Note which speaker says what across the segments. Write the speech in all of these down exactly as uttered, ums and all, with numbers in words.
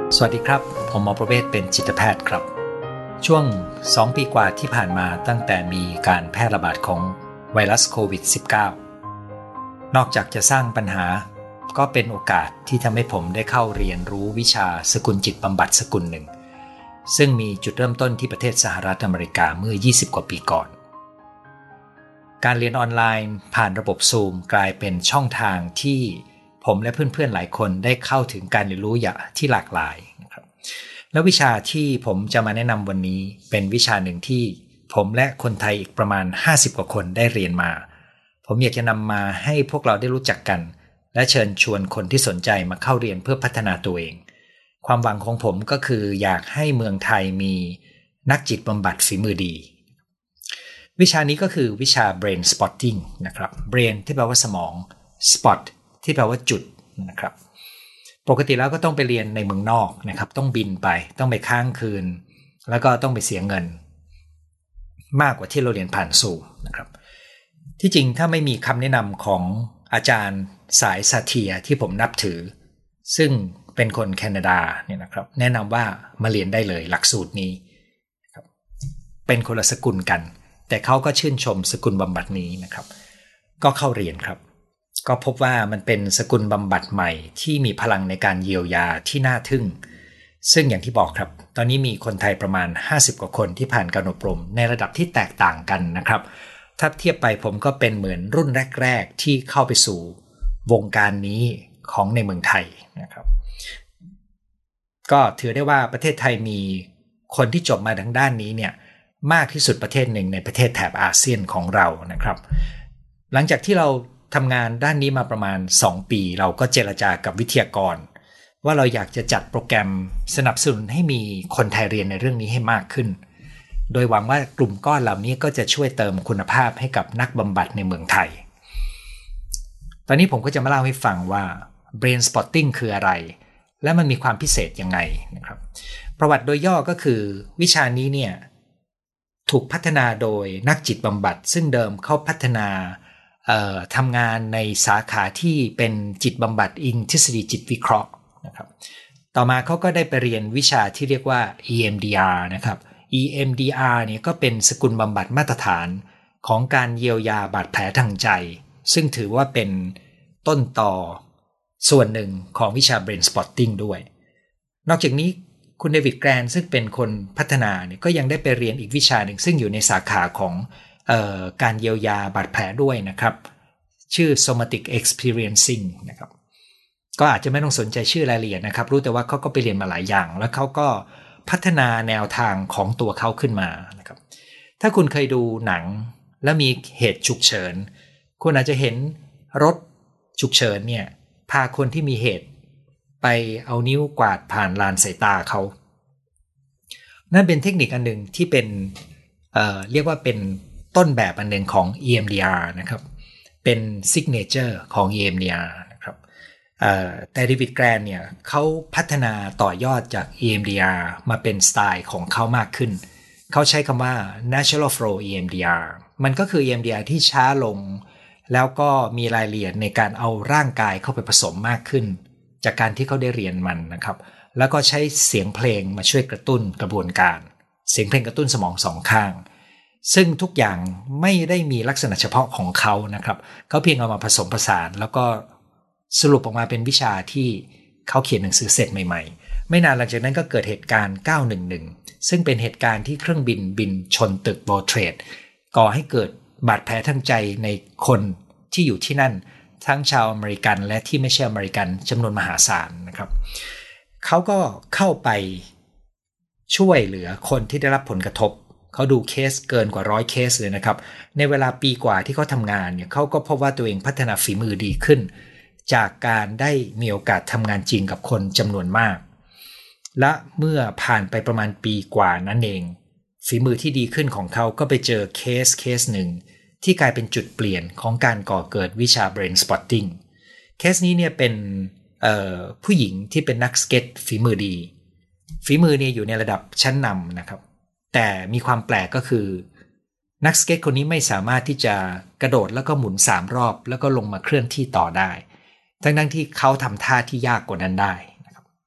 Speaker 1: สวัสดีครับผมหมอประเวศเป็นจิตแพทย์ครับช่วงสองปีกว่าที่ผ่านมาตั้งแต่มีการแพร่ระบาดของไวรัสโควิด สิบเก้า นอกจากจะสร้างปัญหาก็เป็นโอกาสที่ทำให้ผมได้เข้าเรียนรู้วิชาสกุลจิตบำบัดสกุลหนึ่งซึ่งมีจุดเริ่มต้นที่ประเทศสหรัฐอเมริกาเมื่อยี่สิบกว่าปีก่อนการเรียนออนไลน์ผ่านระบบ Zoom กลายเป็นช่องทางที่ผมและเพื่อนๆหลายคนได้เข้าถึงการเรียนรู้อย่างที่หลากหลายนะครับแล้ววิชาที่ผมจะมาแนะนำวันนี้เป็นวิชาหนึ่งที่ผมและคนไทยอีกประมาณห้าสิบกว่าคนได้เรียนมาผมอยากจะนำมาให้พวกเราได้รู้จักกันและเชิญชวนคนที่สนใจมาเข้าเรียนเพื่อพัฒนาตัวเองความหวังของผมก็คืออยากให้เมืองไทยมีนักจิตบำบัดฝีมือดีวิชานี้ก็คือวิชา brain spotting นะครับ brain ที่แปลว่าสมอง spot ที่แปลว่าจุดนะครับปกติแล้วก็ต้องไปเรียนในเมืองนอกนะครับต้องบินไปต้องไปค้างคืนแล้วก็ต้องไปเสียเงินมากกว่าที่เราเรียนผ่านซูมนะครับที่จริงถ้าไม่มีคำแนะนำของอาจารย์สายซาเทียที่ผมนับถือซึ่งเป็นคนแคนาดาเนี่ยนะครับแนะนำว่ามาเรียนได้เลยหลักสูตรนี้ครับเป็นคนละสกุลกันแต่เขาก็ชื่นชมสกุลบำบัดนี้นะครับก็เข้าเรียนครับก็พบว่ามันเป็นสกุลบำบัดใหม่ที่มีพลังในการเยียวยาที่น่าทึ่งซึ่งอย่างที่บอกครับตอนนี้มีคนไทยประมาณห้าสิบกว่าคนที่ผ่านการอบรมในระดับที่แตกต่างกันนะครับถ้าเทียบไปผมก็เป็นเหมือนรุ่นแรกๆที่เข้าไปสู่วงการนี้ของในเมืองไทยนะครับก็ถือได้ว่าประเทศไทยมีคนที่จบมาทางด้านนี้เนี่ยมากที่สุดประเทศหนึ่งในประเทศแถบอาเซียนของเรานะครับหลังจากที่เราทำงานด้านนี้มาประมาณสองปีเราก็เจรจากับวิทยากรว่าเราอยากจะจัดโปรแกรมสนับสนุนให้มีคนไทยเรียนในเรื่องนี้ให้มากขึ้นโดยหวังว่ากลุ่มก้อนเหล่านี้ก็จะช่วยเติมคุณภาพให้กับนักบำบัดในเมืองไทยตอนนี้ผมก็จะมาเล่าให้ฟังว่า brain spotting คืออะไรและมันมีความพิเศษยังไงนะครับประวัติโดยย่อก็คือวิชานี้เนี่ยถูกพัฒนาโดยนักจิตบำบัดซึ่งเดิมเขาพัฒนาทำงานในสาขาที่เป็นจิตบำบัดอิงทฤษฎีจิตวิเคราะห์นะครับต่อมาเขาก็ได้ไปเรียนวิชาที่เรียกว่า อี เอ็ม ดี อาร์ นะครับ อี เอ็ม ดี อาร์ เนี่ยก็เป็นสกุลบำบัดมาตรฐานของการเยียวยาบาดแผลทางใจซึ่งถือว่าเป็นต้นต่อส่วนหนึ่งของวิชา brain spotting ด้วยนอกจากนี้คุณเดวิดแกรนซึ่งเป็นคนพัฒนาเนี่ยก็ยังได้ไปเรียนอีกวิชาหนึ่งซึ่งอยู่ในสาขาของเอ่อการเยียวยาบาดแผลด้วยนะครับชื่อ somatic experiencing นะครับก็อาจจะไม่ต้องสนใจชื่อรายละเอียดนะครับรู้แต่ว่าเขาก็ไปเรียนมาหลายอย่างแล้วเขาก็พัฒนาแนวทางของตัวเขาขึ้นมานะครับถ้าคุณเคยดูหนังและมีเหตุฉุกเฉินคุณอาจจะเห็นรถฉุกเฉินเนี่ยพาคนที่มีเหตุไปเอานิ้วกวาดผ่านลานสายตาเขานั่นเป็นเทคนิคอันหนึ่งที่เป็นเอ่อเรียกว่าเป็นต้นแบบอันหนึ่งของ อี เอ็ม ดี อาร์ นะครับเป็นซิกเนเจอร์ของ อี เอ็ม ดี อาร์ นะครับแต่เดวิดแกรนเนี่ยเขาพัฒนาต่อยอดจาก อี เอ็ม ดี อาร์ มาเป็นสไตล์ของเขามากขึ้นเขาใช้คำว่า natural flow อี เอ็ม ดี อาร์ มันก็คือ อี เอ็ม ดี อาร์ ที่ช้าลงแล้วก็มีรายละเอียดในการเอาร่างกายเข้าไปผสมมากขึ้นจากการที่เขาได้เรียนมันนะครับแล้วก็ใช้เสียงเพลงมาช่วยกระตุ้นกระบวนการเสียงเพลงกระตุ้นสมองสองข้างซึ่งทุกอย่างไม่ได้มีลักษณะเฉพาะของเขานะครับเขาเพียงเอามาผสมผสานแล้วก็สรุปออกมาเป็นวิชาที่เขาเขียนหนังสือเสร็จใหม่ๆไม่นานหลังจากนั้นก็เกิดเหตุการณ์เก้าหนึ่งหนึ่งซึ่งเป็นเหตุการณ์ที่เครื่องบินบินชนตึก World Trade ก่อให้เกิดบาดแผลทางใจในคนที่อยู่ที่นั่นทั้งชาวอเมริกันและที่ไม่ใช่อเมริกันจำนวนมหาศาลนะครับเขาก็เข้าไปช่วยเหลือคนที่ได้รับผลกระทบเขาดูเคสเกินกว่าร้อยเคสเลยนะครับในเวลาปีกว่าที่เขาทำงานเนี่ยเขาก็พบว่าตัวเองพัฒนาฝีมือดีขึ้นจากการได้มีโอกาสทำงานจริงกับคนจำนวนมากและเมื่อผ่านไปประมาณปีกว่านั้นเองฝีมือที่ดีขึ้นของเขาก็ไปเจอเคสเคสหนึ่งที่กลายเป็นจุดเปลี่ยนของการก่อเกิดวิชา brain spotting เคสนี้เนี่ยเป็นผู้หญิงที่เป็นนักสเก็ตฝีมือดีฝีมือเนี่ยอยู่ในระดับชั้นนำนะครับแต่มีความแปลกก็คือนักสเก็ตคนนี้ไม่สามารถที่จะกระโดดแล้วก็หมุนสามรอบแล้วก็ลงมาเคลื่อนที่ต่อได้ทั้งๆที่เขาทำท่าที่ยากกว่านั้นได้นะครับ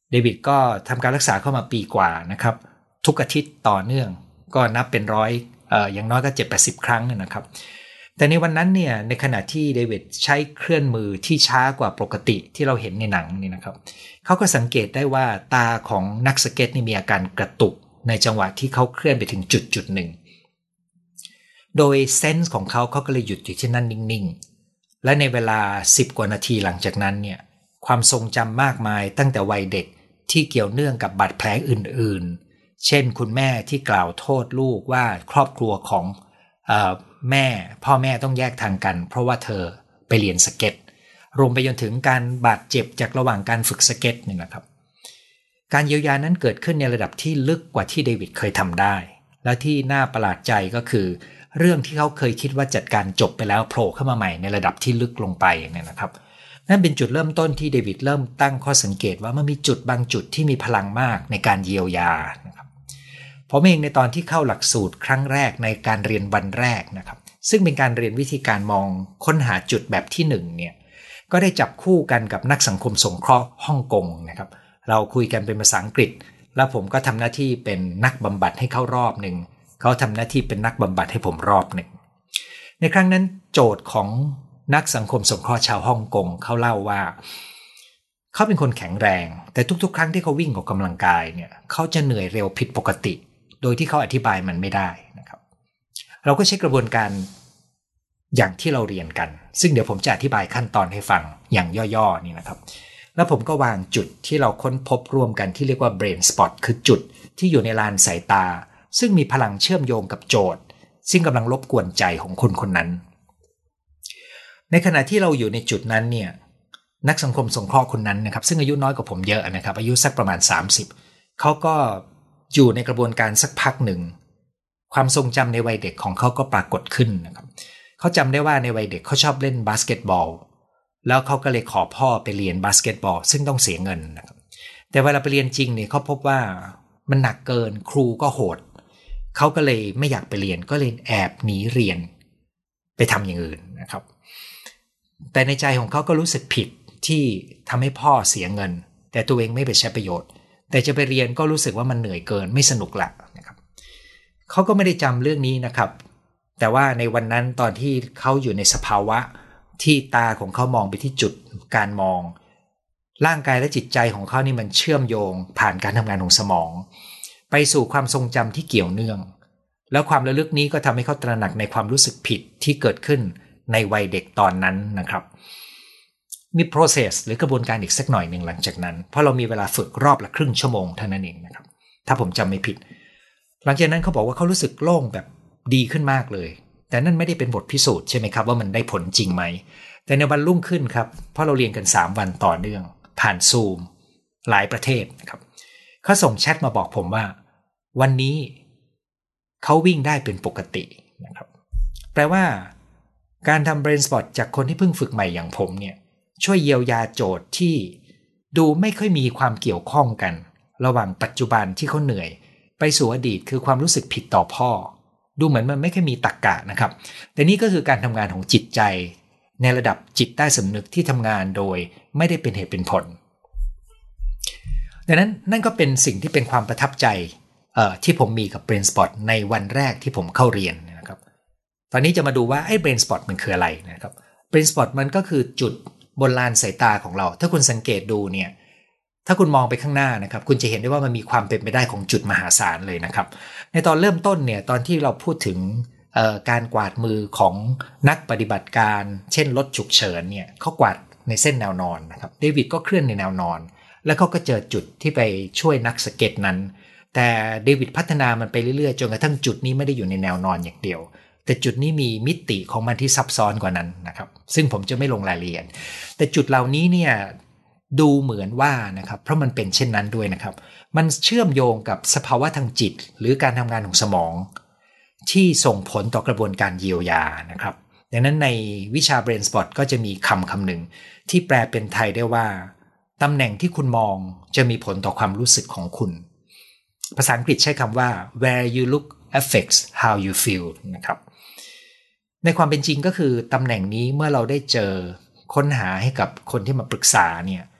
Speaker 1: เดวิดก็ทำการรักษาเข้ามาปีกว่านะครับทุกอาทิตย์ต่อเนื่องก็นับเป็นร้อยเอ่ออย่างน้อยก็ เจ็ดถึงแปดสิบ ครั้งนะครับแต่ในวันนั้นเนี่ยในขณะที่เดวิดใช้เคลื่อนมือที่ช้ากว่าปกติที่เราเห็นในหนังนี่นะครับเขาก็สังเกตได้ว่าตาของนักสเก็ตนี่มีอาการกระตุกในจังหวะที่เขาเคลื่อนไปถึงจุดจุดหนึ่งโดยเซนส์ของเขาเขาก็เลยหยุดอยู่ที่นั่นนิ่งๆและในเวลาสิบกว่านาทีหลังจากนั้นเนี่ยความทรงจำมากมายตั้งแต่วัยเด็กที่เกี่ยวเนื่องกับบาดแผลอื่นๆเช่นคุณแม่ที่กล่าวโทษลูกว่าครอบครัวของเอ่อแม่พ่อแม่ต้องแยกทางกันเพราะว่าเธอไปเรียนสเก็ตรวมไปจนถึงการบาดเจ็บจากระหว่างการฝึกสเก็ตนี่นะครับการเยียวยานั้นเกิดขึ้นในระดับที่ลึกกว่าที่เดวิดเคยทำได้และที่น่าประหลาดใจก็คือเรื่องที่เขาเคยคิดว่าจัดการจบไปแล้วโผล่เข้ามาใหม่ในระดับที่ลึกลงไปเนี่ยนะครับนั่นเป็นจุดเริ่มต้นที่เดวิดเริ่มตั้งข้อสังเกตว่ามันมีจุดบางจุดที่มีพลังมากในการเยียวยานะครับผมเองในตอนที่เข้าหลักสูตรครั้งแรกในการเรียนวันแรกนะครับซึ่งเป็นการเรียนวิธีการมองค้นหาจุดแบบที่หนึ่งเนี่ยก็ได้จับคู่กันกับนักสังคมสงเคราะห์ฮ่องกงนะครับเราคุยกันเป็นภาษาอังกฤษแล้วผมก็ทำหน้าที่เป็นนักบำบัดให้เขารอบหนึ่งเขาทำหน้าที่เป็นนักบำบัดให้ผมรอบหนึ่งในครั้งนั้นโจทย์ของนักสังคมสงเคราะห์ชาวฮ่องกงเขาเล่าว่าเขาเป็นคนแข็งแรงแต่ทุกๆครั้งที่เขาวิ่งออกกำลังกายเนี่ยเขาจะเหนื่อยเร็วผิดปกติโดยที่เขาอธิบายมันไม่ได้นะครับเราก็ใช้กระบวนการอย่างที่เราเรียนกันซึ่งเดี๋ยวผมจะอธิบายขั้นตอนให้ฟังอย่างย่อๆนี่นะครับแล้วผมก็วางจุดที่เราค้นพบร่วมกันที่เรียกว่า brain spot คือจุดที่อยู่ในลานสายตาซึ่งมีพลังเชื่อมโยงกับโจทย์ซึ่งกำลังรบกวนใจของคนคนนั้นในขณะที่เราอยู่ในจุดนั้นเนี่ยนักสังคมสงเคราะห์คนนั้นนะครับซึ่งอายุน้อยกว่าผมเยอะนะครับอายุสักประมาณสามสิบเขาก็อยู่ในกระบวนการสักพักหนึ่งความทรงจำในวัยเด็กของเขาก็ปรากฏขึ้นนะครับเขาจำได้ว่าในวัยเด็กเขาชอบเล่นบาสเกตบอลแล้วเขาก็เลยขอพ่อไปเรียนบาสเกตบอลซึ่งต้องเสียเงินนะครับแต่เวลาไปเรียนจริงเนี่ยเขาพบว่ามันหนักเกินครูก็โหดเขาก็เลยไม่อยากไปเรียนก็เลยแอบหนีเรียนไปทำอย่างอื่นนะครับแต่ในใจของเขาก็รู้สึกผิดที่ทำให้พ่อเสียเงินแต่ตัวเองไม่ไปใช้ประโยชน์แต่จะไปเรียนก็รู้สึกว่ามันเหนื่อยเกินไม่สนุกละนะครับเขาก็ไม่ได้จำเรื่องนี้นะครับแต่ว่าในวันนั้นตอนที่เขาอยู่ในสภาวะที่ตาของเขามองไปที่จุดการมองร่างกายและจิตใจของเขานี่มันเชื่อมโยงผ่านการทำงานของสมองไปสู่ความทรงจำที่เกี่ยวเนื่องแล้วความระลึกนี้ก็ทำให้เขาตระหนักในความรู้สึกผิดที่เกิดขึ้นในวัยเด็กตอนนั้นนะครับมี process หรือกระบวนการอีกสักหน่อยหนึ่งหลังจากนั้นเพราะเรามีเวลาฝึกรอบละครึ่งชั่วโมงเท่านั้นเองนะครับถ้าผมจำไม่ผิดหลังจากนั้นเขาบอกว่าเขารู้สึกโล่งแบบดีขึ้นมากเลยแต่นั่นไม่ได้เป็นบทพิสูจน์ใช่ไหมครับว่ามันได้ผลจริงไหมแต่ในวันรุ่งขึ้นครับเพราะเราเรียนกันสามวันต่อเนื่องผ่านซูมหลายประเทศนะครับเขาส่งแชทมาบอกผมว่าวันนี้เขาวิ่งได้เป็นปกตินะครับแปลว่าการทำ brain spot จากคนที่เพิ่งฝึกใหม่อย่างผมเนี่ยช่วยเยียวยาโจทย์ที่ดูไม่ค่อยมีความเกี่ยวข้องกันระหว่างปัจจุบันที่เขาเหนื่อยไปสู่อดีตคือความรู้สึกผิดต่อพ่อดูเหมือนมันไม่ค่อยมีตรรกะนะครับแต่นี่ก็คือการทำงานของจิตใจในระดับจิตใต้สำนึกที่ทำงานโดยไม่ได้เป็นเหตุเป็นผลดังนั้นนั่นก็เป็นสิ่งที่เป็นความประทับใจที่ผมมีกับ brain spot ในวันแรกที่ผมเข้าเรียนนะครับตอนนี้จะมาดูว่าไอ้ brain spot มันคืออะไรนะครับ brain spot มันก็คือจุดบนลานสายตาของเราถ้าคุณสังเกตดูเนี่ยถ้าคุณมองไปข้างหน้านะครับคุณจะเห็นได้ว่ามันมีความเป็นไปได้ของจุดมหาศาลเลยนะครับในตอนเริ่มต้นเนี่ยตอนที่เราพูดถึงการกวาดมือของนักปฏิบัติการเช่นรถฉุกเฉินเนี่ยเขากวาดในเส้นแนวนอนนะครับเดวิดก็เคลื่อนในแนวนอนแล้วเขาก็เจอจุดที่ไปช่วยนักสเก็ตนั้นแต่เดวิดพัฒนามันไปเรื่อยๆจนกระทั่งจุดนี้ไม่ได้อยู่ในแนวนอนอย่างเดียวแต่จุดนี้มีมิติของมันที่ซับซ้อนกว่านั้นนะครับซึ่งผมจะไม่ลงรายละเอียดแต่จุดเหล่านี้เนี่ยดูเหมือนว่านะครับเพราะมันเป็นเช่นนั้นด้วยนะครับมันเชื่อมโยงกับสภาวะทางจิตหรือการทำงานของสมองที่ส่งผลต่อกระบวนการเยียวยานะครับดังนั้นในวิชา brain spot ก็จะมีคำคำหนึ่งที่แปลเป็นไทยได้ว่าตำแหน่งที่คุณมองจะมีผลต่อความรู้สึกของคุณภาษาอังกฤษใช้คำว่า where you look affects how you feel นะครับในความเป็นจริงก็คือตำแหน่งนี้เมื่อเราได้เจอค้นหาให้กับคนที่มาปรึกษาเนี่ย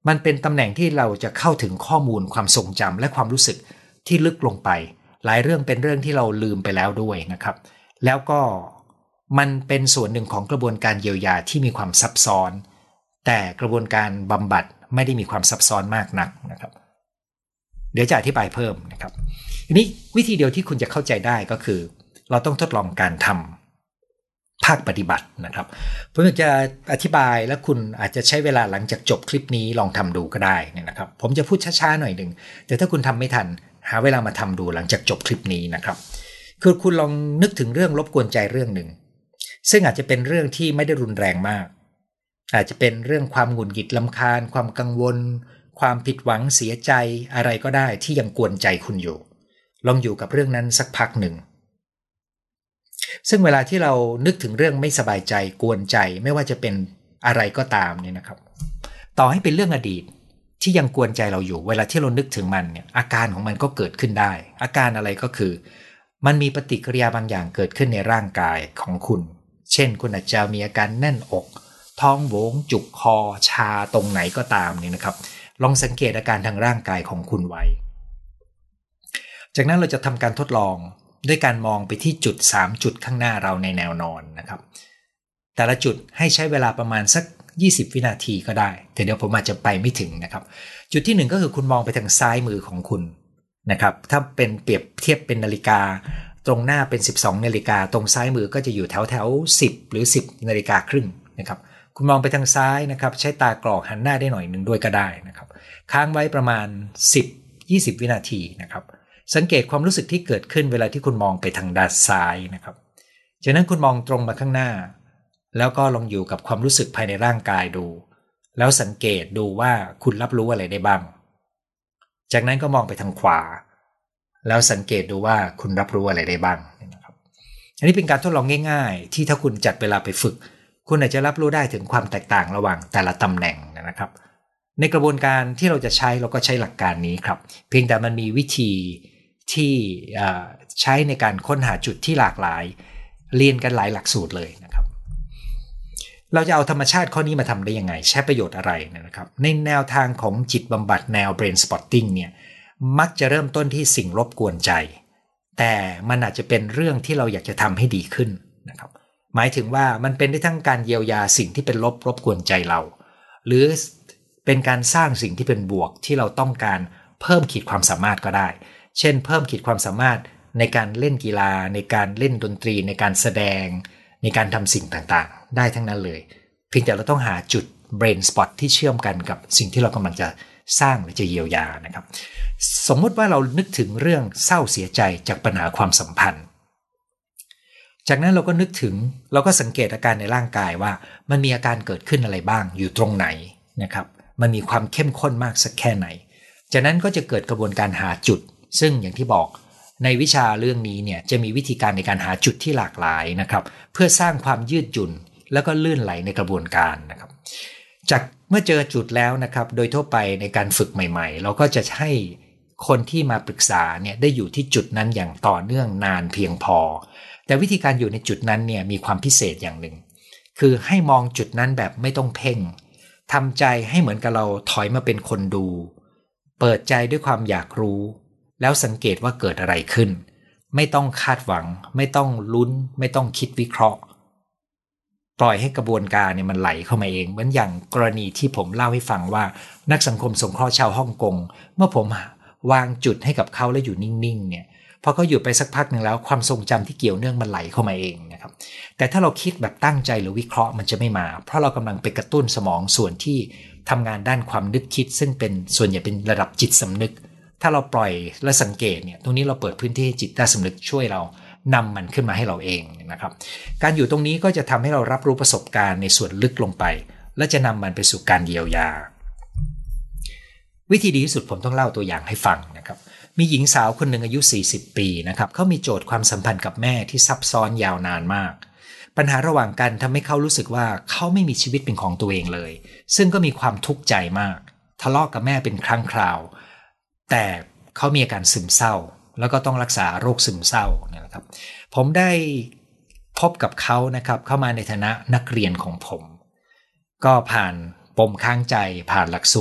Speaker 1: มันเป็นตำแหน่งที่เราจะเข้าถึงข้อมูลความทรงจำและความรู้สึกที่ลึกลงไปหลายเรื่องเป็นเรื่องที่เราลืมไปแล้วด้วยนะครับแล้วก็มันเป็นส่วนหนึ่งของกระบวนการเยียวยาที่มีความซับซ้อนแต่กระบวนการบำบัดไม่ได้มีความซับซ้อนมากนักนะครับเดี๋ยวจะอธิบายเพิ่มนะครับทีนี้วิธีเดียวที่คุณจะเข้าใจได้ก็คือเราต้องทดลองการทำภาคปฏิบัตินะครับผมอยากจะอธิบายและคุณอาจจะใช้เวลาหลังจากจบคลิปนี้ลองทำดูก็ได้นะครับผมจะพูดช้าๆหน่อยหนึ่งแต่ถ้าคุณทำไม่ทันหาเวลามาทำดูหลังจากจบคลิปนี้นะครับคือคุณลองนึกถึงเรื่องรบกวนใจเรื่องหนึ่งซึ่งอาจจะเป็นเรื่องที่ไม่ได้รุนแรงมากอาจจะเป็นเรื่องความหงุดหงิดรำคาญความกังวลความผิดหวังเสียใจอะไรก็ได้ที่ยังกวนใจคุณอยู่ลองอยู่กับเรื่องนั้นสักพักหนึ่งซึ่งเวลาที่เรานึกถึงเรื่องไม่สบายใจกวนใจไม่ว่าจะเป็นอะไรก็ตามเนี่ยนะครับต่อให้เป็นเรื่องอดีตที่ยังกวนใจเราอยู่เวลาที่เรานึกถึงมันเนี่ยอาการของมันก็เกิดขึ้นได้อาการอะไรก็คือมันมีปฏิกิริยาบางอย่างเกิดขึ้นในร่างกายของคุณเช่นคุณอาจจะมีอาการแน่นอกท้องโหวงจุกคอชาตรงไหนก็ตามเนี่ยนะครับลองสังเกตอาการทางร่างกายของคุณไว้จากนั้นเราจะทำการทดลองด้วยการมองไปที่จุดสามจุดข้างหน้าเราในแนวนอนนะครับแต่ละจุดให้ใช้เวลาประมาณสักยี่สิบวินาทีก็ได้แต่เดี๋ยวผมอาจจะไปไม่ถึงนะครับจุดที่หนึ่งก็คือคุณมองไปทางซ้ายมือของคุณนะครับถ้าเป็นเปรียบเทียบเป็นนาฬิกาตรงหน้าเป็นสิบสองนาฬิกาตรงซ้ายมือก็จะอยู่แถวแถวสิบหรือสิบนาฬิกาครึ่งนะครับคุณมองไปทางซ้ายนะครับใช้ตากรอกหันหน้าได้หน่อยหนึ่งด้วยก็ได้นะครับค้างไว้ประมาณ สิบถึงยี่สิบ วินาทีนะครับสังเกตความรู้สึกที่เกิดขึ้นเวลาที่คุณมองไปทางด้านซ้ายนะครับจากนั้นคุณมองตรงมาข้างหน้าแล้วก็ลองอยู่กับความรู้สึกภายในร่างกายดูแล้วสังเกตดูว่าคุณรับรู้อะไรได้บ้างจากนั้นก็มองไปทางขวาแล้วสังเกตดูว่าคุณรับรู้อะไรได้บ้างนะครับอันนี้เป็นการทดลองง่ายๆที่ถ้าคุณจัดเวลาไปฝึกคุณอาจจะรับรู้ได้ถึงความแตกต่างระหว่างแต่ละตำแหน่งนะครับในกระบวนการที่เราจะใช้เราก็ใช้หลักการนี้ครับเพียงแต่มันมีวิธีที่ใช้ในการค้นหาจุดที่หลากหลายเรียนกันหลายหลักสูตรเลยนะครับเราจะเอาธรรมชาติข้อนี้มาทำได้ยังไงใช้ประโยชน์อะไรนะครับในแนวทางของจิตบำบัดแนว brain spotting เนี่ยมักจะเริ่มต้นที่สิ่งรบกวนใจแต่มันอาจจะเป็นเรื่องที่เราอยากจะทำให้ดีขึ้นนะครับหมายถึงว่ามันเป็นได้ทั้งการเยียวยาสิ่งที่เป็นลบรบกวนใจเราหรือเป็นการสร้างสิ่งที่เป็นบวกที่เราต้องการเพิ่มขีดความสามารถก็ได้เช่นเพิ่มขีดความสามารถในการเล่นกีฬาในการเล่นดนตรีในการแสดงในการทำสิ่งต่างๆได้ทั้งนั้นเลยเพียงแต่เราต้องหาจุด brain spot ที่เชื่อมกันกับสิ่งที่เรากำลังจะสร้างหรือจะเยียวยานะครับสมมติว่าเรานึกถึงเรื่องเศร้าเสียใจจากปัญหาความสัมพันธ์จากนั้นเราก็นึกถึงเราก็สังเกตอาการในร่างกายว่ามันมีอาการเกิดขึ้นอะไรบ้างอยู่ตรงไหนนะครับมันมีความเข้มข้นมากสักแค่ไหนจากนั้นก็จะเกิดกระบวนการหาจุดซึ่งอย่างที่บอกในวิชาเรื่องนี้เนี่ยจะมีวิธีการในการหาจุดที่หลากหลายนะครับเพื่อสร้างความยืดหยุ่นแล้วก็ลื่นไหลในกระบวนการนะครับจากเมื่อเจอจุดแล้วนะครับโดยทั่วไปในการฝึกใหม่ๆเราก็จะให้คนที่มาปรึกษาเนี่ยได้อยู่ที่จุดนั้นอย่างต่อเนื่องนานเพียงพอแต่วิธีการอยู่ในจุดนั้นเนี่ยมีความพิเศษอย่างหนึ่งคือให้มองจุดนั้นแบบไม่ต้องเพ่งทำใจให้เหมือนกับเราถอยมาเป็นคนดูเปิดใจด้วยความอยากรู้แล้วสังเกตว่าเกิดอะไรขึ้นไม่ต้องคาดหวังไม่ต้องลุ้นไม่ต้องคิดวิเคราะห์ปล่อยให้กระบวนการเนี่ยมันไหลเข้ามาเองเหมือนอย่างกรณีที่ผมเล่าให้ฟังว่านักสังคมสงเคราะห์ชาวฮ่องกงเมื่อผมวางจุดให้กับเขาแล้วอยู่นิ่งๆเนี่ยพอเขาอยู่ไปสักพักหนึ่งแล้วความทรงจำที่เกี่ยวเนื่องมันไหลเข้ามาเองนะครับแต่ถ้าเราคิดแบบตั้งใจหรือวิเคราะห์มันจะไม่มาเพราะเรากำลังไปกระตุ้นสมองส่วนที่ทำงานด้านความนึกคิดซึ่งเป็นส่วนใหญ่เป็นระดับจิตสำนึกถ้าเราปล่อยและสังเกตเนี่ยตรงนี้เราเปิดพื้นที่ให้จิตใต้สำนึกช่วยเรานำมันขึ้นมาให้เราเองนะครับการอยู่ตรงนี้ก็จะทำให้เรารับรู้ประสบการณ์ในส่วนลึกลงไปและจะนำมันไปสู่การเยียวยาวิธีดีที่สุดผมต้องเล่าตัวอย่างให้ฟังนะครับมีหญิงสาวคนหนึ่งอายุสี่สิบปีนะครับเขามีโจทย์ความสัมพันธ์กับแม่ที่ซับซ้อนยาวนานมากปัญหาระหว่างกันทำให้เขารู้สึกว่าเขาไม่มีชีวิตเป็นของตัวเองเลยซึ่งก็มีความทุกข์ใจมากทะเลาะกับแม่เป็นครั้งคราวแต่เขามีอาการซึมเศร้าแล้วก็ต้องรักษาโรคซึมเศร้านะครับผมได้พบกับเขานะครับเข้ามาในฐานะนักเรียนของผมก็ผ่านปมค้างใจผ่านหลักสูตร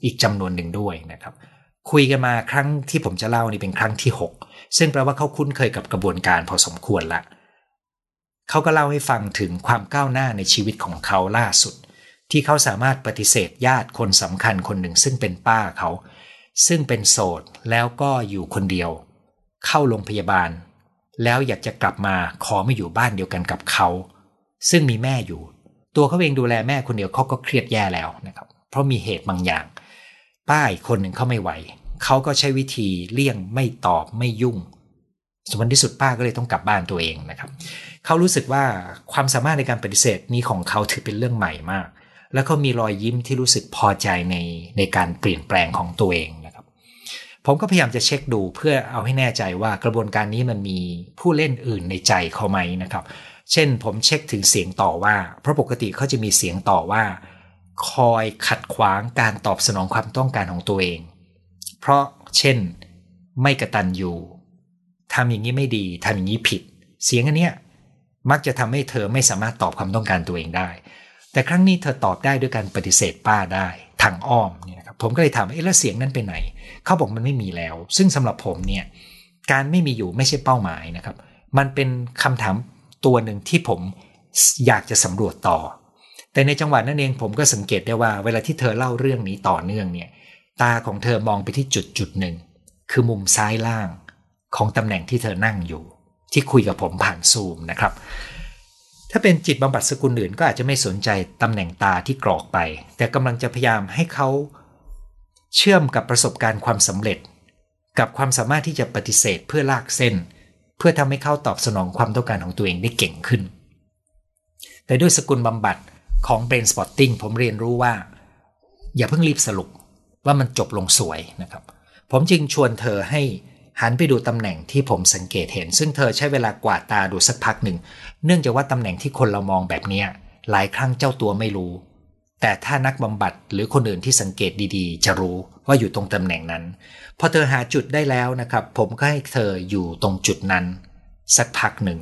Speaker 1: อีกจำนวนหนึ่งด้วยนะครับคุยกันมาครั้งที่ผมจะเล่านี่เป็นครั้งที่หกซึ่งแปลว่าเขาคุ้นเคยกับกระบวนการพอสมควรละเขาก็เล่าให้ฟังถึงความก้าวหน้าในชีวิตของเขาล่าสุดที่เขาสามารถปฏิเสธญาติคนสำคัญคนหนึ่งซึ่งเป็นป้าเขาซึ่งเป็นโสดแล้วก็อยู่คนเดียวเข้าโรงพยาบาลแล้วอยากจะกลับมาขอมาอยู่บ้านเดียวกันกับเขาซึ่งมีแม่อยู่ตัวเขาเองดูแลแม่คนเดียวเขาก็เครียดแย่แล้วนะครับเพราะมีเหตุบางอย่างป้าอีกคนหนึ่งเขาไม่ไหวเขาก็ใช้วิธีเลี่ยงไม่ตอบไม่ยุ่งสุดท้ายที่สุดป้าก็เลยต้องกลับบ้านตัวเองนะครับเขารู้สึกว่าความสามารถในการปฏิเสธนี้ของเขาถือเป็นเรื่องใหม่มากแล้วเขามีรอยยิ้มที่รู้สึกพอใจในในการเปลี่ยนแปลงของตัวเองนะครับผมก็พยายามจะเช็คดูเพื่อเอาให้แน่ใจว่ากระบวนการนี้มันมีผู้เล่นอื่นในใจเขาไหมนะครับเช่นผมเช็คถึงเสียงต่อว่าเพราะปกติเขาจะมีเสียงต่อว่าคอยขัดขวางการตอบสนองความต้องการของตัวเองเพราะเช่นไม่กตัญญูทำอย่างนี้ไม่ดีทำอย่างนี้ผิดเสียงอันเนี้ยมักจะทำให้เธอไม่สามารถตอบความต้องการตัวเองได้แต่ครั้งนี้เธอตอบได้ด้วยการปฏิเสธป้าได้ทางอ้อมเนี่ยครับผมก็เลยถามเอ๊ะแล้วเสียงนั้นไปไหนเขาบอกมันไม่มีแล้วซึ่งสำหรับผมเนี่ยการไม่มีอยู่ไม่ใช่เป้าหมายนะครับมันเป็นคำถามตัวหนึ่งที่ผมอยากจะสำรวจต่อแต่ในจังหวะนั้นเองผมก็สังเกตได้ว่าเวลาที่เธอเล่าเรื่องนี้ต่อเนื่องเนี่ยตาของเธอมองไปที่จุดจุดหนึ่งคือมุมซ้ายล่างของตำแหน่งที่เธอนั่งอยู่ที่คุยกับผมผ่านซูมนะครับถ้าเป็นจิตบำบัดสกุลอื่นก็อาจจะไม่สนใจตำแหน่งตาที่กรอกไปแต่กำลังจะพยายามให้เขาเชื่อมกับประสบการณ์ความสำเร็จกับความสามารถที่จะปฏิเสธเพื่อลากเส้นเพื่อทำให้เขาตอบสนองความต้องการของตัวเองได้เก่งขึ้นแต่ด้วยสกุลบำบัดของ Brain Spotting ผมเรียนรู้ว่าอย่าเพิ่งรีบสรุปว่ามันจบลงสวยนะครับผมจึงชวนเธอให้หันไปดูตำแหน่งที่ผมสังเกตเห็นซึ่งเธอใช้เวลากวาดตาดูสักพักหนึ่งเนื่องจากว่าตำแหน่งที่คนเรามองแบบนี้หลายครั้งเจ้าตัวไม่รู้แต่ถ้านักบำบัดหรือคนอื่นที่สังเกตดีๆจะรู้ว่าอยู่ตรงตำแหน่งนั้นพอเธอหาจุดได้แล้วนะครับผมก็ให้เธออยู่ตรงจุดนั้นสักพักหนึ่ง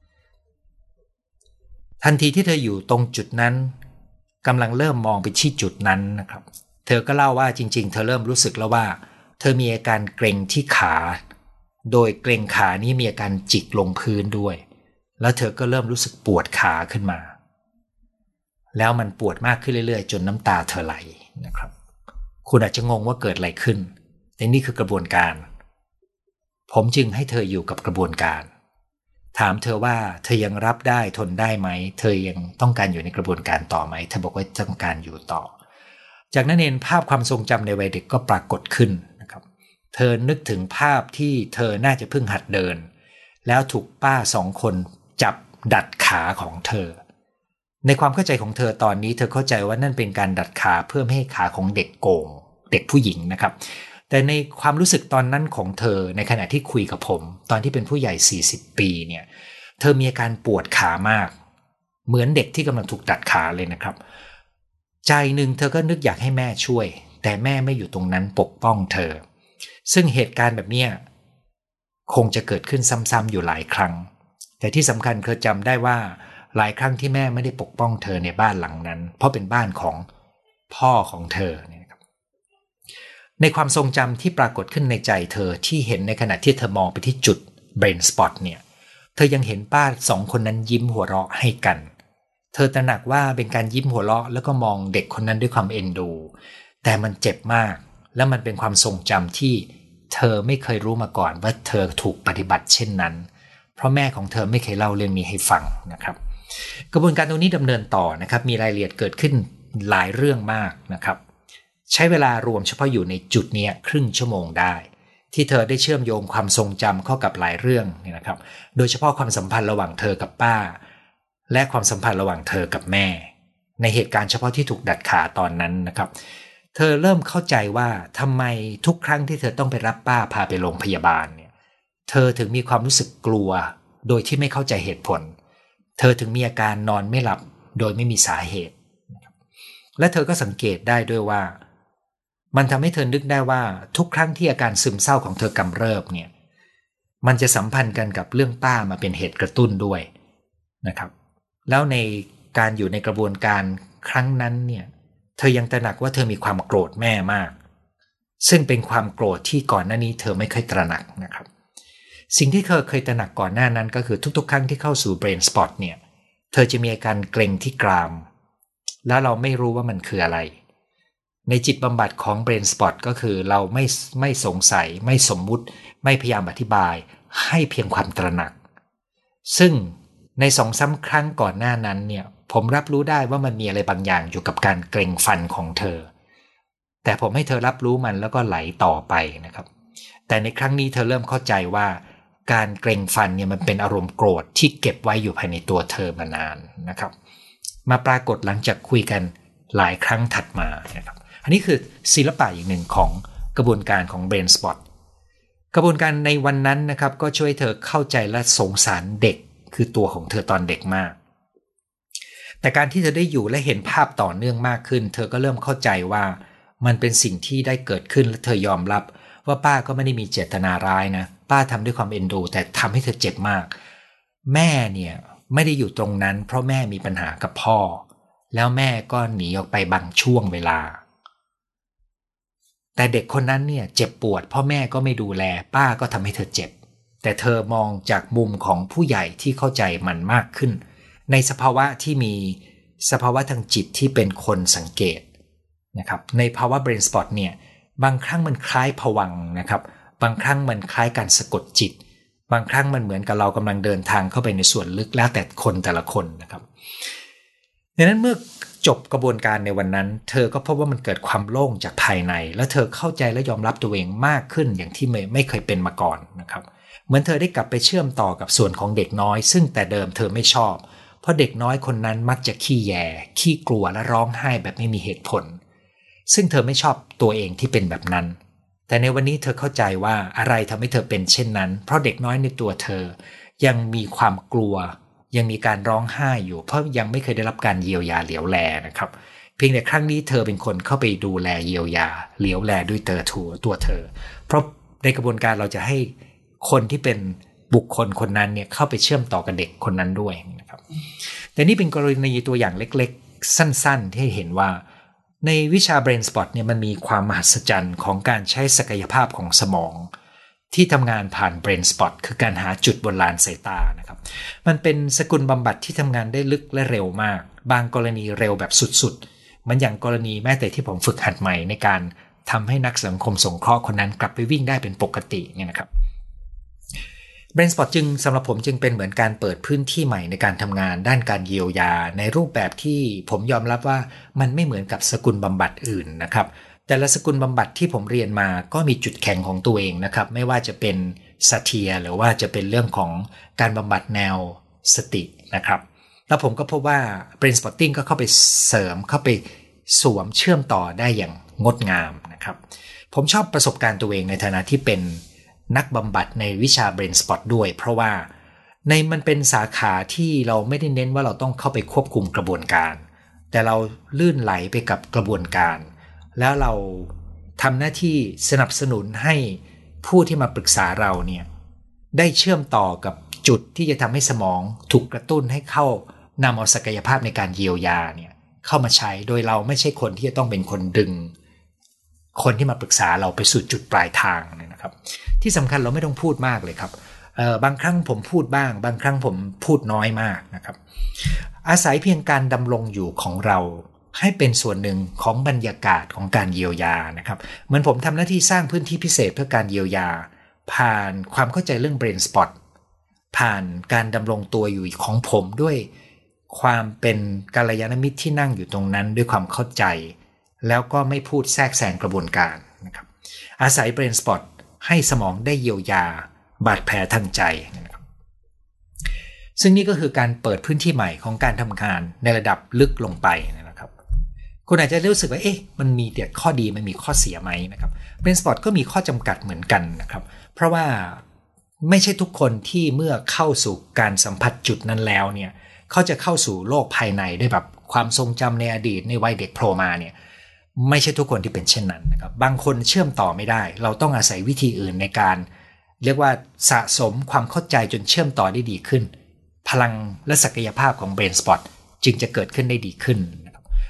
Speaker 1: ทันทีที่เธออยู่ตรงจุดนั้นกำลังเริ่มมองไปที่จุดนั้นนะครับเธอก็เล่าว่าจริงๆเธอเริ่มรู้สึกแล้วว่าเธอมีอาการเกร็งที่ขาโดยเกร็งขานี้มีอาการจิกลงพื้นด้วยแล้วเธอก็เริ่มรู้สึกปวดขาขึ้นมาแล้วมันปวดมากขึ้นเรื่อยๆจนน้ำตาเธอไหลนะครับคุณอาจจะงงว่าเกิดอะไรขึ้นแต่นี่คือกระบวนการผมจึงให้เธออยู่กับกระบวนการถามเธอว่าเธอยังรับได้ทนได้ไหมเธอยังต้องการอยู่ในกระบวนการต่อไหมเธอบอกว่าต้องการอยู่ต่อจากนั้นเองภาพความทรงจำในวัยเด็กก็ปรากฏขึ้นนะครับเธอนึกถึงภาพที่เธอน่าจะเพิ่งหัดเดินแล้วถูกป้าสองคนจับดัดขาของเธอในความเข้าใจของเธอตอนนี้เธอเข้าใจว่านั่นเป็นการดัดขาเพื่อไม่ให้ขาของเด็กโกงเด็กผู้หญิงนะครับแต่ในความรู้สึกตอนนั้นของเธอในขณะที่คุยกับผมตอนที่เป็นผู้ใหญ่สี่สิบปีเนี่ยเธอมีอาการปวดขามากเหมือนเด็กที่กำลังถูกดัดขาเลยนะครับใจหนึ่งเธอก็นึกอยากให้แม่ช่วยแต่แม่ไม่อยู่ตรงนั้นปกป้องเธอซึ่งเหตุการณ์แบบนี้คงจะเกิดขึ้นซ้ำๆอยู่หลายครั้งแต่ที่สำคัญเธอจำได้ว่าหลายครั้งที่แม่ไม่ได้ปกป้องเธอในบ้านหลังนั้นเพราะเป็นบ้านของพ่อของเธอเนี่ยครับในความทรงจำที่ปรากฏขึ้นในใจเธอที่เห็นในขณะที่เธอมองไปที่จุด brain spot เนี่ยเธอยังเห็นป้าสองคนนั้นยิ้มหัวเราะให้กันเธอตระหนักว่าเป็นการยิ้มหัวเราะแล้วก็มองเด็กคนนั้นด้วยความเอ็นดูแต่มันเจ็บมากและมันเป็นความทรงจำที่เธอไม่เคยรู้มาก่อนว่าเธอถูกปฏิบัติเช่นนั้นเพราะแม่ของเธอไม่เคยเล่าเรื่องนี้ให้ฟังนะครับกระบวนการตรงนี้ดำเนินต่อนะครับมีรายละเอียดเกิดขึ้นหลายเรื่องมากนะครับใช้เวลารวมเฉพาะอยู่ในจุดนี้ครึ่งชั่วโมงได้ที่เธอได้เชื่อมโยงความทรงจำเข้ากับหลายเรื่องนี่นะครับโดยเฉพาะความสัมพันธ์ระหว่างเธอกับป้าและความสัมพันธ์ระหว่างเธอกับแม่ในเหตุการณ์เฉพาะที่ถูกดัดขาตอนนั้นนะครับเธอเริ่มเข้าใจว่าทำไมทุกครั้งที่เธอต้องไปรับป้าพาไปโรงพยาบาลเนี่ยเธอถึงมีความรู้สึกกลัวโดยที่ไม่เข้าใจเหตุผลเธอถึงมีอาการนอนไม่หลับโดยไม่มีสาเหตุและเธอก็สังเกตได้ด้วยว่ามันทำให้เธอนึกได้ว่าทุกครั้งที่อาการซึมเศร้าของเธอกำเริบเนี่ยมันจะสัมพันธ์กันกับเรื่องป้ามาเป็นเหตุกระตุ้นด้วยนะครับแล้วในการอยู่ในกระบวนการครั้งนั้นเนี่ยเธอยังตระหนักว่าเธอมีความโกรธแม่มากซึ่งเป็นความโกรธที่ก่อนหน้านี้เธอไม่เคยตระหนักนะครับสิ่งที่เธอเคยตระหนักก่อนหน้านั้นก็คือทุกๆครั้งที่เข้าสู่ brain spot เนี่ยเธอจะมีอาการเกร็งที่กรามแล้วเราไม่รู้ว่ามันคืออะไรในจิตบำบัดของ brain spot ก็คือเราไม่ไม่สงสัยไม่สมมุติไม่พยายามอธิบายให้เพียงความตระหนักซึ่งในสองสามครั้งก่อนหน้านั้นเนี่ยผมรับรู้ได้ว่ามันมีอะไรบางอย่างอยู่กับการเกร็งฟันของเธอแต่ผมให้เธอรับรู้มันแล้วก็ไหลต่อไปนะครับแต่ในครั้งนี้เธอเริ่มเข้าใจว่าการเกร็งฟันเนี่ยมันเป็นอารมณ์โกรธที่เก็บไว้อยู่ภายในตัวเธอมานานนะครับมาปรากฏหลังจากคุยกันหลายครั้งถัดมานะครับอันนี้คือศิลปะอย่างหนึ่งของกระบวนการของ brain spot กระบวนการในวันนั้นนะครับก็ช่วยเธอเข้าใจและสงสารเด็กคือตัวของเธอตอนเด็กมากแต่การที่เธอได้อยู่และเห็นภาพต่อเนื่องมากขึ้นเธอก็เริ่มเข้าใจว่ามันเป็นสิ่งที่ได้เกิดขึ้นและเธอยอมรับว่าป้าก็ไม่ได้มีเจตนาร้ายนะป้าทำด้วยความเอ็นดูแต่ทำให้เธอเจ็บมากแม่เนี่ยไม่ได้อยู่ตรงนั้นเพราะแม่มีปัญหากับพ่อแล้วแม่ก็หนีออกไปบางช่วงเวลาแต่เด็กคนนั้นเนี่ยเจ็บปวดเพราะแม่ก็ไม่ดูแลป้าก็ทำให้เธอเจ็บแต่เธอมองจากมุมของผู้ใหญ่ที่เข้าใจมันมากขึ้นในสภาวะที่มีสภาวะทางจิตที่เป็นคนสังเกตนะครับในภาวะ brain spot เนี่ยบางครั้งมันคล้ายผวังค์นะครับบางครั้งมันคล้ายการสะกดจิตบางครั้งมันเหมือนกับเรากำลังเดินทางเข้าไปในส่วนลึกแล้วแต่คนแต่ละคนนะครับดังนั้นเมื่อจบกระบวนการในวันนั้นเธอก็พบว่ามันเกิดความโล่งจากภายในและเธอเข้าใจและยอมรับตัวเองมากขึ้นอย่างที่ไม่ไม่เคยเป็นมาก่อนนะครับเหมือนเธอได้กลับไปเชื่อมต่อกับส่วนของเด็กน้อยซึ่งแต่เดิมเธอไม่ชอบเพราะเด็กน้อยคนนั้นมักจะขี้แยขี้กลัวและร้องไห้แบบไม่มีเหตุผลซึ่งเธอไม่ชอบตัวเองที่เป็นแบบนั้นแต่ในวันนี้เธอเข้าใจว่าอะไรทำให้เธอเป็นเช่นนั้นเพราะเด็กน้อยในตัวเธอยังมีความกลัวยังมีการร้องไห้อยู่เพราะยังไม่เคยได้รับการเยียวยาเหลียวแลนะครับเพียงแต่ครั้งนี้เธอเป็นคนเข้าไปดูแลเยียวยาเหลียวแลด้วยเธอตัวเธอเพราะในกระบวนการเราจะให้คนที่เป็นบุคคลคนนั้นเนี่ยเข้าไปเชื่อมต่อกับเด็กคนนั้นด้วยนะครับแต่นี่เป็นกรณีตัวอย่างเล็กๆสั้นๆที่เห็นว่าในวิชา brain spot เนี่ยมันมีความมหัศจรรย์ของการใช้ศักยภาพของสมองที่ทำงานผ่าน brain spot คือการหาจุดบนลานสายตานะครับมันเป็นสกุลบำบัดที่ทำงานได้ลึกและเร็วมากบางกรณีเร็วแบบสุดๆมันอย่างกรณีแม้แต่ที่ผมฝึกหัดใหม่ในการทำให้นักสังคมสงเคราะห์คนนั้นกลับไปวิ่งได้เป็นปกติเนี่ยนะครับbrain spot จึงสำหรับผมจึงเป็นเหมือนการเปิดพื้นที่ใหม่ในการทำงานด้านการเยียวยาในรูปแบบที่ผมยอมรับว่ามันไม่เหมือนกับสกุลบำบัดอื่นนะครับแต่ละสกุลบำบัดที่ผมเรียนมาก็มีจุดแข็งของตัวเองนะครับไม่ว่าจะเป็นสเทียหรือว่าจะเป็นเรื่องของการบำบัดแนวสตินะครับแล้วผมก็พบว่า brain spotting ก็เข้าไปเสริมเข้าไปสวมเชื่อมต่อได้อย่างงดงามนะครับผมชอบประสบการณ์ตัวเองในฐานะที่เป็นนักบำบัดในวิชา brain spot ด้วยเพราะว่าในมันเป็นสาขาที่เราไม่ได้เน้นว่าเราต้องเข้าไปควบคุมกระบวนการแต่เราลื่นไหลไปกับกระบวนการแล้วเราทำหน้าที่สนับสนุนให้ผู้ที่มาปรึกษาเราเนี่ยได้เชื่อมต่อกับจุดที่จะทำให้สมองถูกกระตุ้นให้เข้านำเอาศักยภาพในการเยียวยาเนี่ยเข้ามาใช้โดยเราไม่ใช่คนที่จะต้องเป็นคนดึงคนที่มาปรึกษาเราไปสู่จุดปลายทางนะครับที่สำคัญเราไม่ต้องพูดมากเลยครับเอ่อบางครั้งผมพูดบ้างบางครั้งผมพูดน้อยมากนะครับอาศัยเพียงการดำรงอยู่ของเราให้เป็นส่วนหนึ่งของบรรยากาศของการเยียวยานะครับเหมือนผมทำหน้าที่สร้างพื้นที่พิเศษเพื่อการเยียวยาผ่านความเข้าใจเรื่อง brain spot ผ่านการดำรงตัวอยู่ของผมด้วยความเป็นกัลยาณมิตรที่นั่งอยู่ตรงนั้นด้วยความเข้าใจแล้วก็ไม่พูดแทรกแซงกระบวนการนะครับอาศัย brain spot ให้สมองได้เยียวยาบาดแผลทางใจนะครับซึ่งนี่ก็คือการเปิดพื้นที่ใหม่ของการทำงานในระดับลึกลงไปนะครับคุณอาจจะรู้สึกว่าเอ๊ะมันมีแต่ข้อดีมันมีข้อเสียไหมนะครับ brain spot ก็มีข้อจำกัดเหมือนกันนะครับเพราะว่าไม่ใช่ทุกคนที่เมื่อเข้าสู่การสัมผัสจุดนั้นแล้วเนี่ยเขาจะเข้าสู่โลกภายในด้วยแบบความทรงจำในอดีตในวัยเด็กโผล่มาเนี่ยไม่ใช่ทุกคนที่เป็นเช่นนั้นนะครับบางคนเชื่อมต่อไม่ได้เราต้องอาศัยวิธีอื่นในการเรียกว่าสะสมความเข้าใจจนเชื่อมต่อได้ดีขึ้นพลังและศักยภาพของ brain spot จึงจะเกิดขึ้นได้ดีขึ้นนะครับ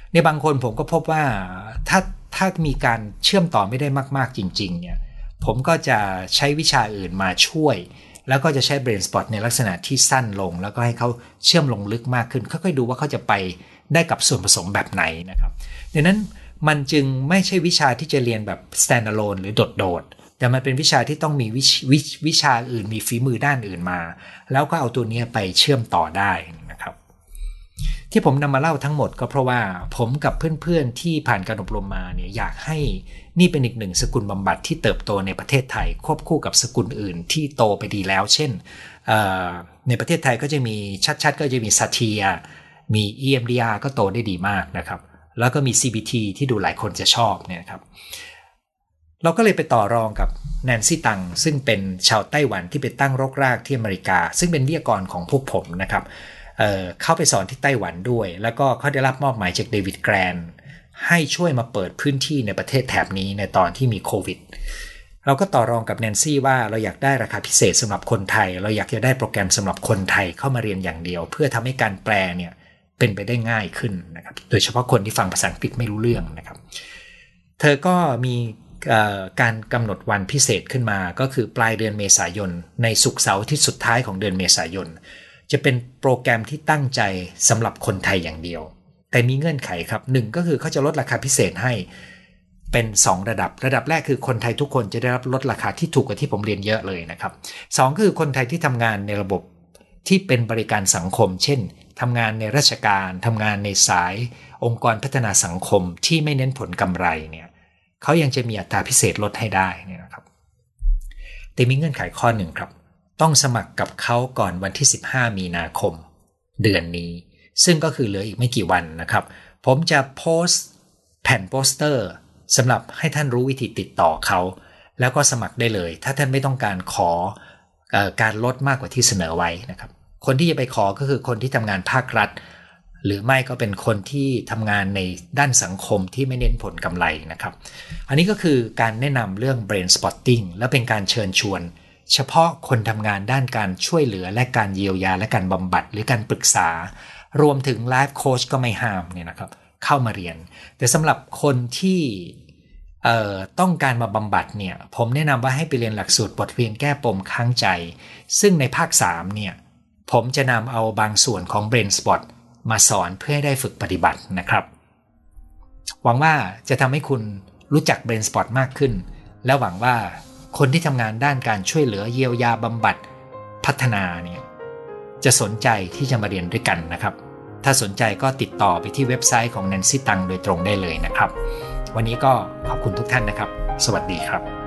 Speaker 1: ในบางคนผมก็พบว่าถ้าถ้ามีการเชื่อมต่อไม่ได้มากๆจริงๆเนี่ยผมก็จะใช้วิชาอื่นมาช่วยแล้วก็จะใช้ brain spot ในลักษณะที่สั้นลงแล้วก็ให้เขาเชื่อมลงลึกมากขึ้นค่อยๆดูว่าเขาจะไปได้กับส่วนผสมแบบไหนนะครับดังนั้นมันจึงไม่ใช่วิชาที่จะเรียนแบบ standalone หรือโดดๆแต่มันเป็นวิชาที่ต้องมีวิววิชาอื่นมีฝีมือด้านอื่นมาแล้วก็เอาตัวนี้ไปเชื่อมต่อได้นะครับที่ผมนำมาเล่าทั้งหมดก็เพราะว่าผมกับเพื่อนๆที่ผ่านการอบรมมาเนี่ยอยากให้นี่เป็นอีกหนึ่งสกุลบำบัดที่เติบโตในประเทศไทยควบคู่กับสกุลอื่นที่โตไปดีแล้วเช่นในประเทศไทยก็จะมีชัดๆก็จะมีซาเทียมี อี เอ็ม ดี อาร์ ก็โตได้ดีมากนะครับแล้วก็มี ซี บี ที ที่ดูหลายคนจะชอบเนี่ยครับเราก็เลยไปต่อรองกับแนนซี่ตังซึ่งเป็นชาวไต้หวันที่ไปตั้งรกรากที่อเมริกาซึ่งเป็นวิทยากรของพวกผมนะครับ เอ่อ เข้าไปสอนที่ไต้หวันด้วยแล้วก็เขาได้รับมอบหมายจากเดวิดแกรนให้ช่วยมาเปิดพื้นที่ในประเทศแถบนี้ในตอนที่มีโควิดเราก็ต่อรองกับแนนซี่ว่าเราอยากได้ราคาพิเศษสำหรับคนไทยเราอยากจะได้โปรแกรมสำหรับคนไทยเข้ามาเรียนอย่างเดียวเพื่อทำให้การแปลเนี่ยเป็นไปได้ง่ายขึ้นนะครับโดยเฉพาะคนที่ฟังภาษาอังกฤษไม่รู้เรื่องนะครับเธอก็มีการกำหนดวันพิเศษขึ้นมาก็คือปลายเดือนเมษายนในศุกร์เสาร์ที่สุดท้ายของเดือนเมษายนจะเป็นโปรแกรมที่ตั้งใจสำหรับคนไทยอย่างเดียวแต่มีเงื่อนไขครับหนึ่งก็คือเขาจะลดราคาพิเศษให้เป็นสองระดับระดับแรกคือคนไทยทุกคนจะได้รับลดราคาที่ถูกกว่าที่ผมเรียนเยอะเลยนะครับสองคือคนไทยที่ทำงานในระบบที่เป็นบริการสังคมเช่นทำงานในราชการทำงานในสายองค์กรพัฒนาสังคมที่ไม่เน้นผลกำไรเนี่ยเขายังจะมีอัตราพิเศษลดให้ได้เนี่ยนะครับแต่มีเงื่อนไขข้อหนึ่งครับต้องสมัครกับเขาก่อนวันที่สิบห้ามีนาคมเดือนนี้ซึ่งก็คือเหลืออีกไม่กี่วันนะครับผมจะโพสต์แผ่นโปสเตอร์สำหรับให้ท่านรู้วิธีติดต่อเขาแล้วก็สมัครได้เลยถ้าท่านไม่ต้องการขอเอ่อการลดมากกว่าที่เสนอไว้นะครับคนที่จะไปขอก็คือคนที่ทำงานภาครัฐหรือไม่ก็เป็นคนที่ทำงานในด้านสังคมที่ไม่เน้นผลกำไรนะครับอันนี้ก็คือการแนะนำเรื่อง brain spotting และเป็นการเชิญชวนเฉพาะคนทำงานด้านการช่วยเหลือและการเยียวยาและการบำบัดหรือการปรึกษารวมถึงไลฟ์โค้ชก็ไม่ห้ามเนี่ยนะครับเข้ามาเรียนแต่สำหรับคนที่เอ่อต้องการมาบำบัดเนี่ยผมแนะนำว่าให้ไปเรียนหลักสูตรบทเรียนแก้ปมค้างใจซึ่งในภาคสามเนี่ยผมจะนำเอาบางส่วนของ brain spot มาสอนเพื่อให้ได้ฝึกปฏิบัตินะครับหวังว่าจะทำให้คุณรู้จัก brain spot มากขึ้นและหวังว่าคนที่ทำงานด้านการช่วยเหลือเยียวยาบำบัดพัฒนาเนี่ยจะสนใจที่จะมาเรียนด้วยกันนะครับถ้าสนใจก็ติดต่อไปที่เว็บไซต์ของ Nancy Tang โดยตรงได้เลยนะครับวันนี้ก็ขอบคุณทุกท่านนะครับสวัสดีครับ